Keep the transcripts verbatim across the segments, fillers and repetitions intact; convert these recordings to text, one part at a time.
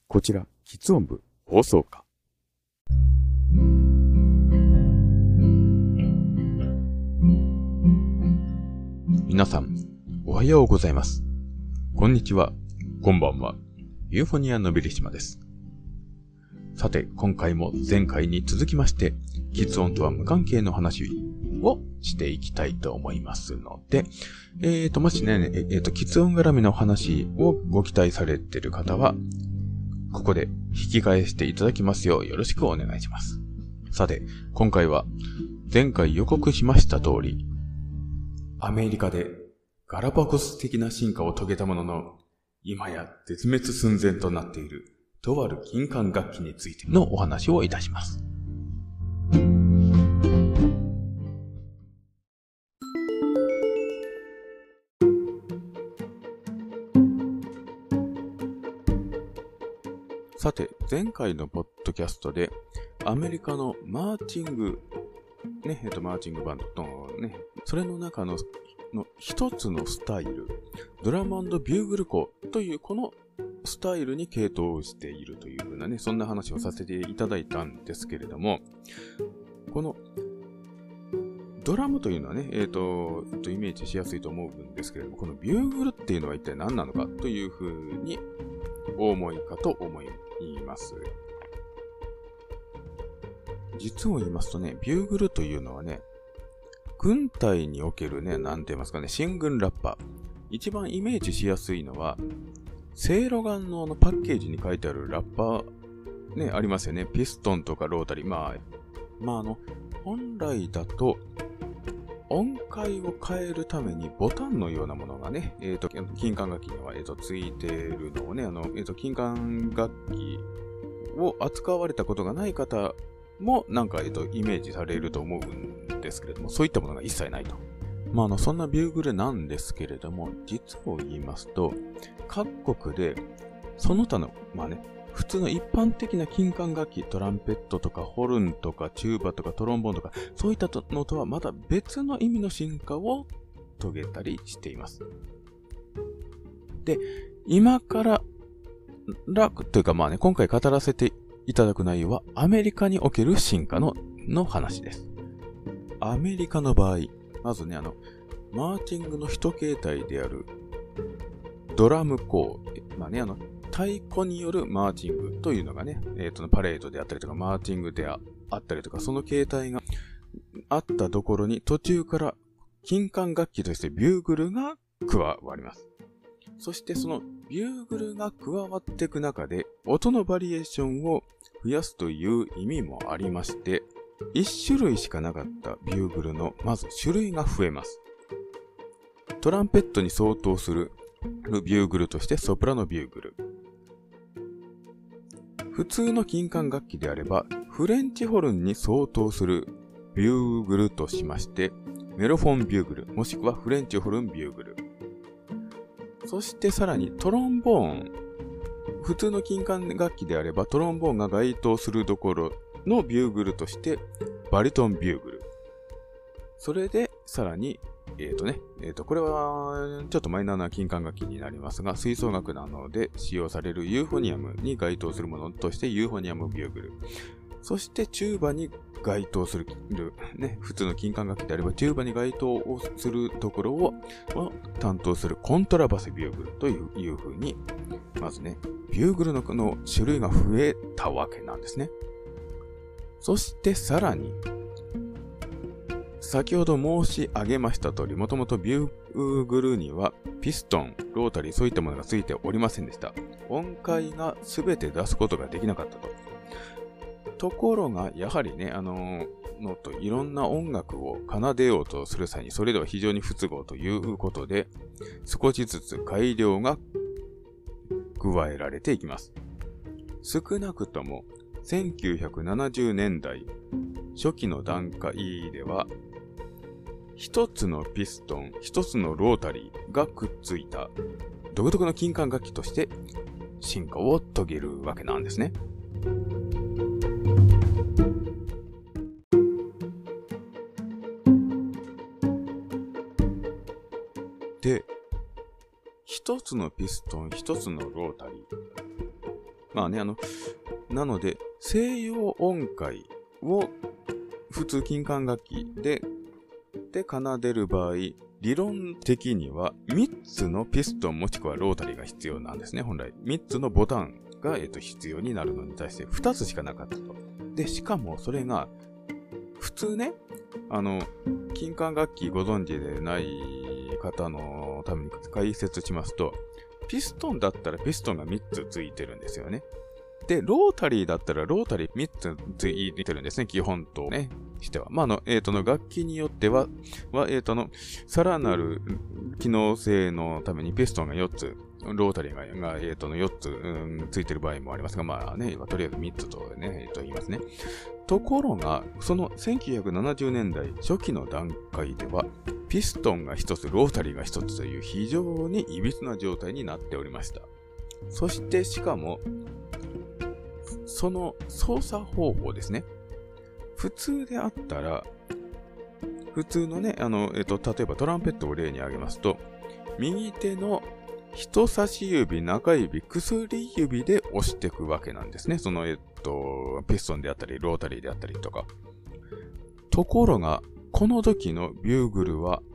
こちら、喫音部放送課。皆さん、おはようございます。こんにちは、こんばんは。ユーフォニアのびりしまです。さて、今回も前回に続きまして、喫音とは無関係の話をしていきたいと思いますので、えーと、もしね、えーと、喫音絡みの話をご期待されている方は、ここで引き返していただきますようよろしくお願いします。さて、今回は前回予告しました通り、アメリカでガラパゴス的な進化を遂げたものの、今や絶滅寸前となっているとある金管楽器についてのお話をいたします。さて、前回のポッドキャストでアメリカのマーチングね、えっと、マーチングバンドのね、それの中のの一つのスタイル、ドラム&ビューグルコというこのスタイルに傾倒しているというふうなね、そんな話をさせていただいたんですけれども、このドラムというのはね、えっと、イメージしやすいと思うんですけれども、このビューグルっていうのは一体何なのかというふうにお思いかと思います。実を言いますとね、ビューグルというのはね、軍隊におけるね、なんて言いますかね、進軍ラッパー。一番イメージしやすいのは、セイロガンのパッケージに書いてあるラッパー、ね、ありますよね。ピストンとかロータリー。まあ、まああの、本来だと、音階を変えるためにボタンのようなものがね、えっと、金管楽器には、えっと、ついているのをね、あの、えっと、金管楽器を扱われたことがない方もなんか、えっと、イメージされると思うんですけれども、そういったものが一切ないと。まあ、あの、そんなビューグルなんですけれども、実を言いますと、各国で、その他の、まあね、普通の一般的な金管楽器、トランペットとかホルンとかチューバとかトロンボーンとか、そういったのとはまた別の意味の進化を遂げたりしています。で、今からら、というかまあね、今回語らせていただく内容はアメリカにおける進化のの話です。アメリカの場合、まずね、あの、マーチングの一形態であるドラムコー、まあね、あの、太鼓によるマーチングというのがね、えっと、パレードであったりとか、マーチングであったりとか、その形態があったところに途中から金管楽器としてビューグルが加わります。そしてそのビューグルが加わっていく中で、音のバリエーションを増やすという意味もありまして、一種類しかなかったビューグルのまず種類が増えます。トランペットに相当するビューグルとしてソプラノビューグル。普通の金管楽器であればフレンチホルンに相当するビューグルとしまして、メロフォンビューグルもしくはフレンチホルンビューグル。そしてさらにトロンボーン。普通の金管楽器であればトロンボーンが該当するところのビューグルとしてバリトンビューグル。それでさらに、えっとね、えっと、これはちょっとマイナーな金管楽器になりますが、吹奏楽なので使用されるユーフォニアムに該当するものとしてユーフォニアムビューグル。そしてチューバに該当する、ね、普通の金管楽器であればチューバに該当をするところを担当するコントラバスビューグルといういう風に、まずね、ビューグルのの種類が増えたわけなんですね。そしてさらに、先ほど申し上げました通り、もともとビューグルにはピストン、ロータリー、そういったものがついておりませんでした。音階が全て出すことができなかったと。ところが、やはりね、あのー、のといろんな音楽を奏でようとする際に、それでは非常に不都合ということで、少しずつ改良が加えられていきます。少なくとも、せんきゅうひゃくななじゅうねんだい初期の段階では、一つのピストン、一つのロータリーがくっついた独特の金管楽器として進化を遂げるわけなんですね。で、一つのピストン、一つのロータリー。 まあね、あの、なので、西洋音階を普通金管楽器で、で奏でる場合、理論的にはみっつのピストンもしくはロータリーが必要なんですね、本来。みっつのボタンが、えっと、必要になるのに対してふたつしかなかったと。で、しかもそれが、普通ね、あの、金管楽器ご存知でない方のために解説しますと、ピストンだったらピストンがみっつついてるんですよね。で、ロータリーだったらロータリーみっつついてるんですね、基本とね、しては。まあ、あの、えっとの、楽器によっては、は、えっとの、さらなる機能性のためにピストンがよっつ、ロータリーが、がえっとの、よっつ、うん、ついてる場合もありますが、まあね、とりあえずみっつとね、えっと言いますね。ところが、そのせんきゅうひゃくななじゅうねんだい初期の段階では、ピストンがひとつ、ロータリーがひとつという非常に歪な状態になっておりました。そしてしかも、その操作方法ですね。普通であったら、普通のね、あの、えっと、例えばトランペットを例に挙げますと、右手の人差し指、中指、薬指で押していくわけなんですね。その、えっと、ピストンであったり、ロータリーであったりとか。ところが、この時のビューグルは、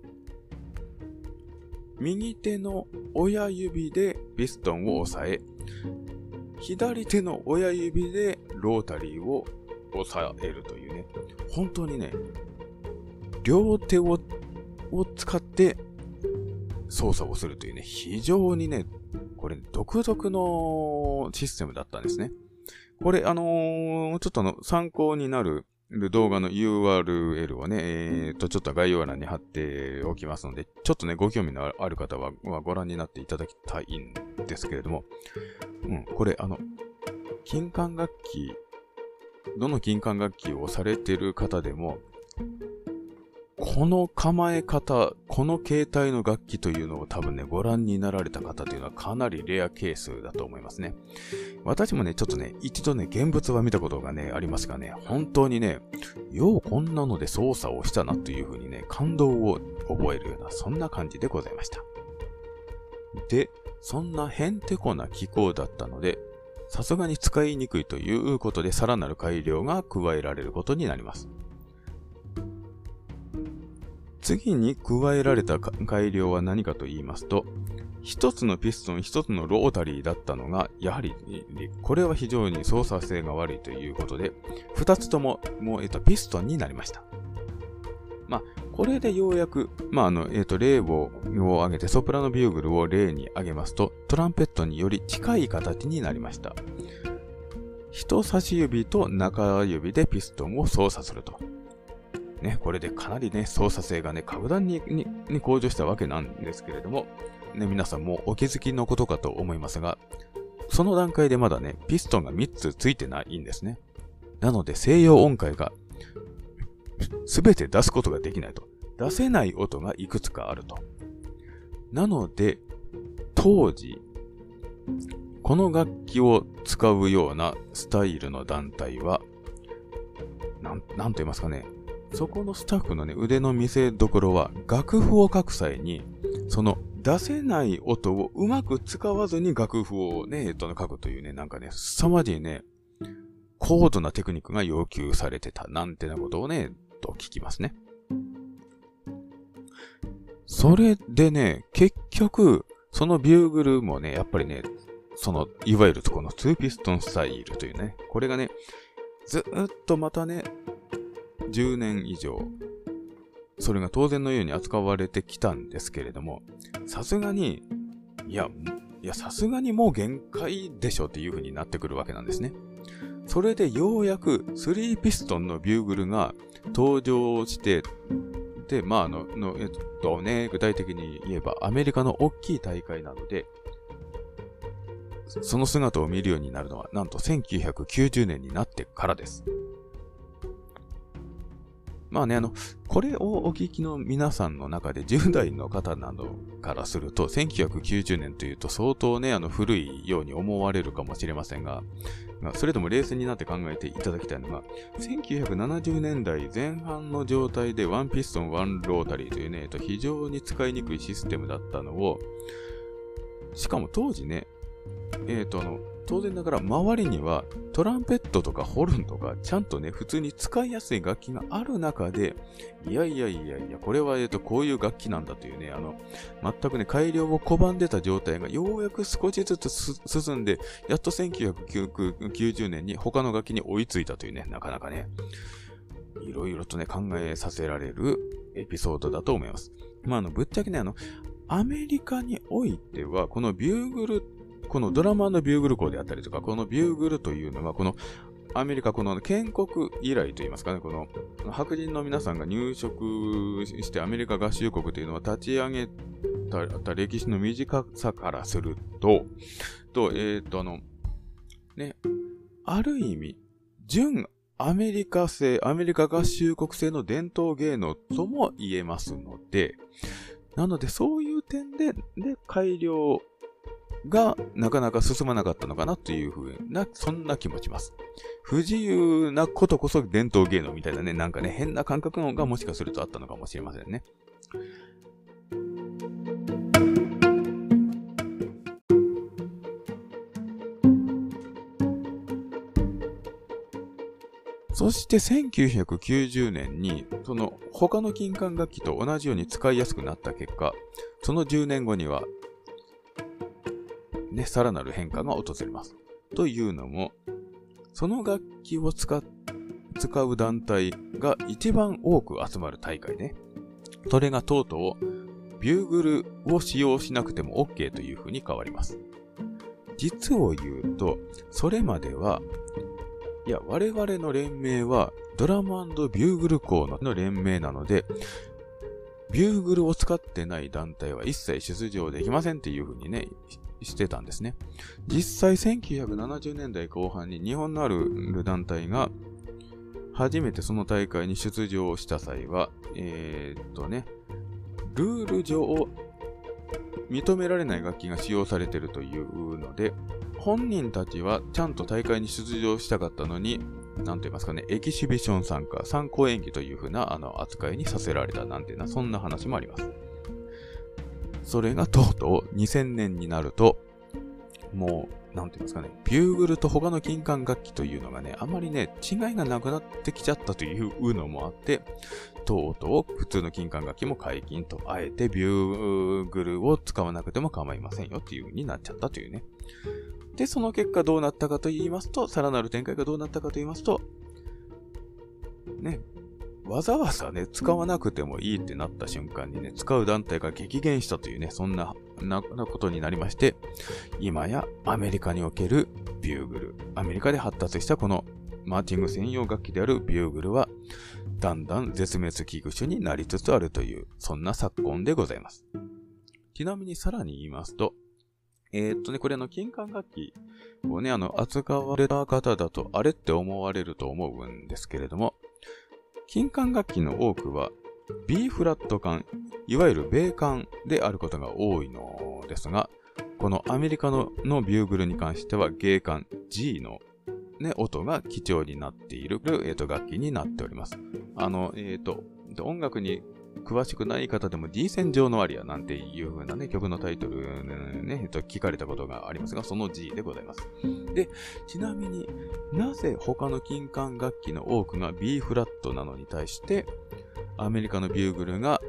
右手の親指でピストンを押さえ、左手の親指でロータリーを押さえるというね、本当にね、両手を、を使って操作をするというね、非常にね、これ独特のシステムだったんですね。これ、あのー、ちょっとあの参考になる動画の ユーアールエル をね、えーと、ちょっと概要欄に貼っておきますので、ちょっとね、ご興味のある方はご覧になっていただきたいんですけれども、うん、これ、あの、金管楽器、どの金管楽器をされている方でも、この構え方、この形態の楽器というのを多分ね、ご覧になられた方というのはかなりレアケースだと思いますね。私もね、ちょっとね、一度ね、現物は見たことがね、ありますがね、本当にね、ようこんなので操作をしたなというふうにね、感動を覚えるような、そんな感じでございました。で、そんなへんてこな機構だったので、さすがに使いにくいということで、さらなる改良が加えられることになります。次に加えられた改良は何かと言いますと、一つのピストン、一つのロータリーだったのが、やはり、これは非常に操作性が悪いということで、二つとも、もう、えっと、ピストンになりました。まあ、これでようやく、まあ、あの、えっと、例を、を挙げて、ソプラノビューグルを例に挙げますと、トランペットにより近い形になりました。人差し指と中指でピストンを操作すると。ね、これでかなりね、操作性がね、格段に、に、に向上したわけなんですけれども、ね、皆さんもお気づきのことかと思いますが、その段階でまだね、ピストンがみっつついてないんですね。なので、西洋音階がすべて出すことができないと。出せない音がいくつかあると。なので、当時、この楽器を使うようなスタイルの団体は、なん、なんと言いますかね、そこのスタッフのね、腕の見せ所は、楽譜を書く際に、その出せない音をうまく使わずに楽譜をね、えっと、書くというね、なんかね、凄まじいね、高度なテクニックが要求されてた、なんてなことをね、と聞きますね。それでね、結局、そのビューグルもね、やっぱりね、その、いわゆるこのツーピストンスタイルというね、これがね、ずーっとまたね、じゅうねん以上、それが当然のように扱われてきたんですけれども、さすがに、いや、いや、さすがにもう限界でしょっていう風になってくるわけなんですね。それでようやくスリーピストンのビューグルが登場して、で、まあ、あの、の、えっとね、具体的に言えばアメリカの大きい大会なので、その姿を見るようになるのは、なんとせんきゅうひゃくきゅうじゅうねんになってからです。まあね、あの、これをお聞きの皆さんの中でじゅう代の方などからすると、せんきゅうひゃくきゅうじゅうねんというと相当ね、あの、古いように思われるかもしれませんが、それでも冷静になって考えていただきたいのが、せんきゅうひゃくななじゅうねんだいぜん半の状態でワンピストン、ワンロータリーというね、非常に使いにくいシステムだったのを、しかも当時ね、えっと、あの、 当然ながら周りにはトランペットとかホルンとかちゃんとね、普通に使いやすい楽器がある中で、いやいやいやいや、これはえっとこういう楽器なんだというね、あの、全くね、改良を拒んでた状態がようやく少しずつ進んで、やっとせんきゅうひゃくきゅうじゅうねんに他の楽器に追いついたというね、なかなかね、いろいろとね、考えさせられるエピソードだと思います。まあ、あの、ぶっちゃけね、あの、アメリカにおいては、このビューグル、このドラマ&ビューグル校であったりとか、このビューグルというのは、このアメリカ、この建国以来といいますかね、この白人の皆さんが入植してアメリカ合衆国というのは立ち上げた歴史の短さからすると、と、えっと、あの、ね、ある意味、純アメリカ製、アメリカ合衆国製の伝統芸能とも言えますので、なのでそういう点で、で、改良がなかなか進まなかったのかなというふうな、そんな気もします。不自由なことこそ伝統芸能みたいなね、なんかね、変な感覚のがもしかするとあったのかもしれませんね。そしてせんきゅうひゃくきゅうじゅうねんに、その他の金管楽器と同じように使いやすくなった結果、そのじゅうねんごには、ね、さらなる変化が訪れます。というのも、その楽器を使っ、使う団体が一番多く集まる大会ね。それがとうとう、ビューグルを使用しなくても OK という風に変わります。実を言うと、それまでは、いや、我々の連盟はドラム&ビューグル校の連盟なので、ビューグルを使ってない団体は一切出場できませんっていう風にね、してたんですね。実際せんきゅうひゃくななじゅうねんだいこう半に日本のある団体が初めてその大会に出場した際は、えー、っとね、ルール上認められない楽器が使用されているというので、本人たちはちゃんと大会に出場したかったのに、なんと言いますかね、エキシビション参加、参考演技という風なあの扱いにさせられたなんていうな、そんな話もあります。それがとうとうにせんねんになると、もう、なんて言いますかね、ビューグルと他の金管楽器というのがね、あまりね、違いがなくなってきちゃったというのもあって、とうとう普通の金管楽器も解禁と、あえてビューグルを使わなくても構いませんよっていう風になっちゃったというね。で、その結果どうなったかと言いますと、さらなる展開がどうなったかと言いますと、ね、わざわざね、使わなくてもいいってなった瞬間にね、使う団体が激減したというね、そんな、な、なことになりまして、今やアメリカにおけるビューグル、アメリカで発達したこのマーチング専用楽器であるビューグルは、だんだん絶滅危惧種になりつつあるという、そんな昨今でございます。ちなみにさらに言いますと、えー、っとね、これあの、金管楽器をね、あの、扱われた方だと、あれって思われると思うんですけれども、金管楽器の多くは B フラット管、いわゆる米管であることが多いのですが、このアメリカの、のビューグルに関しては芸管 G の、ね、音が基調になっている、えー、と楽器になっております。あの、えっ、ー、と、音楽に詳しくない方でも D 線上のアリアなんていう風なね、曲のタイトルね、えっと、聞かれたことがありますが、その G でございます。で、ちなみになぜ他の金管楽器の多くが B フラットなのに対して、アメリカのビューグルが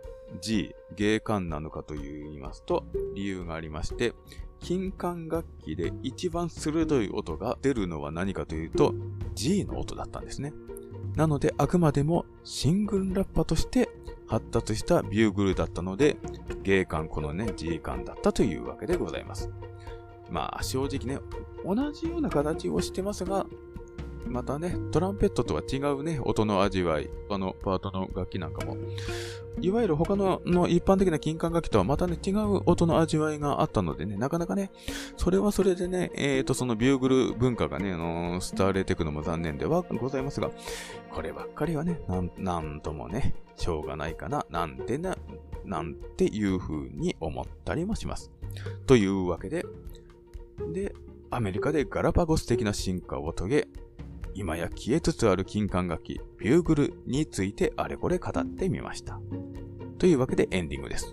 G、芸管なのかと言いますと、理由がありまして、金管楽器で一番鋭い音が出るのは何かというと、G の音だったんですね。なので、あくまでもシングルラッパとして発達したビューグルだったので、芸管このね、G 管だったというわけでございます。まあ、正直ね、同じような形をしてますが、またね、トランペットとは違うね、音の味わい、他のパートの楽器なんかも、いわゆる他のの一般的な金管楽器とはまたね、違う音の味わいがあったのでね、なかなかね、それはそれでね、えーと、そのビューグル文化がね、あのー、廃れていくのも残念ではございますが、こればっかりはね、なん、なんともね、しょうがないかな、なんてな、なんていう風に思ったりもします。というわけで、で、アメリカでガラパゴス的な進化を遂げ、今や消えつつある金管楽器、ビューグルについてあれこれ語ってみました。というわけでエンディングです。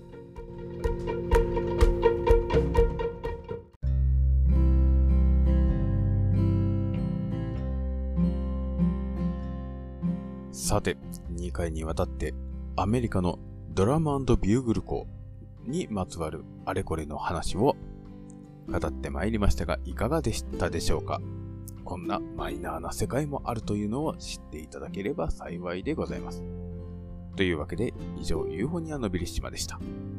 さて、にかいにわたってアメリカのドラム&ビューグル校にまつわるあれこれの話を語ってまいりましたが、いかがでしたでしょうか。こんなマイナーな世界もあるというのを知っていただければ幸いでございます。というわけで、以上ユーフォニアのビリッシマでした。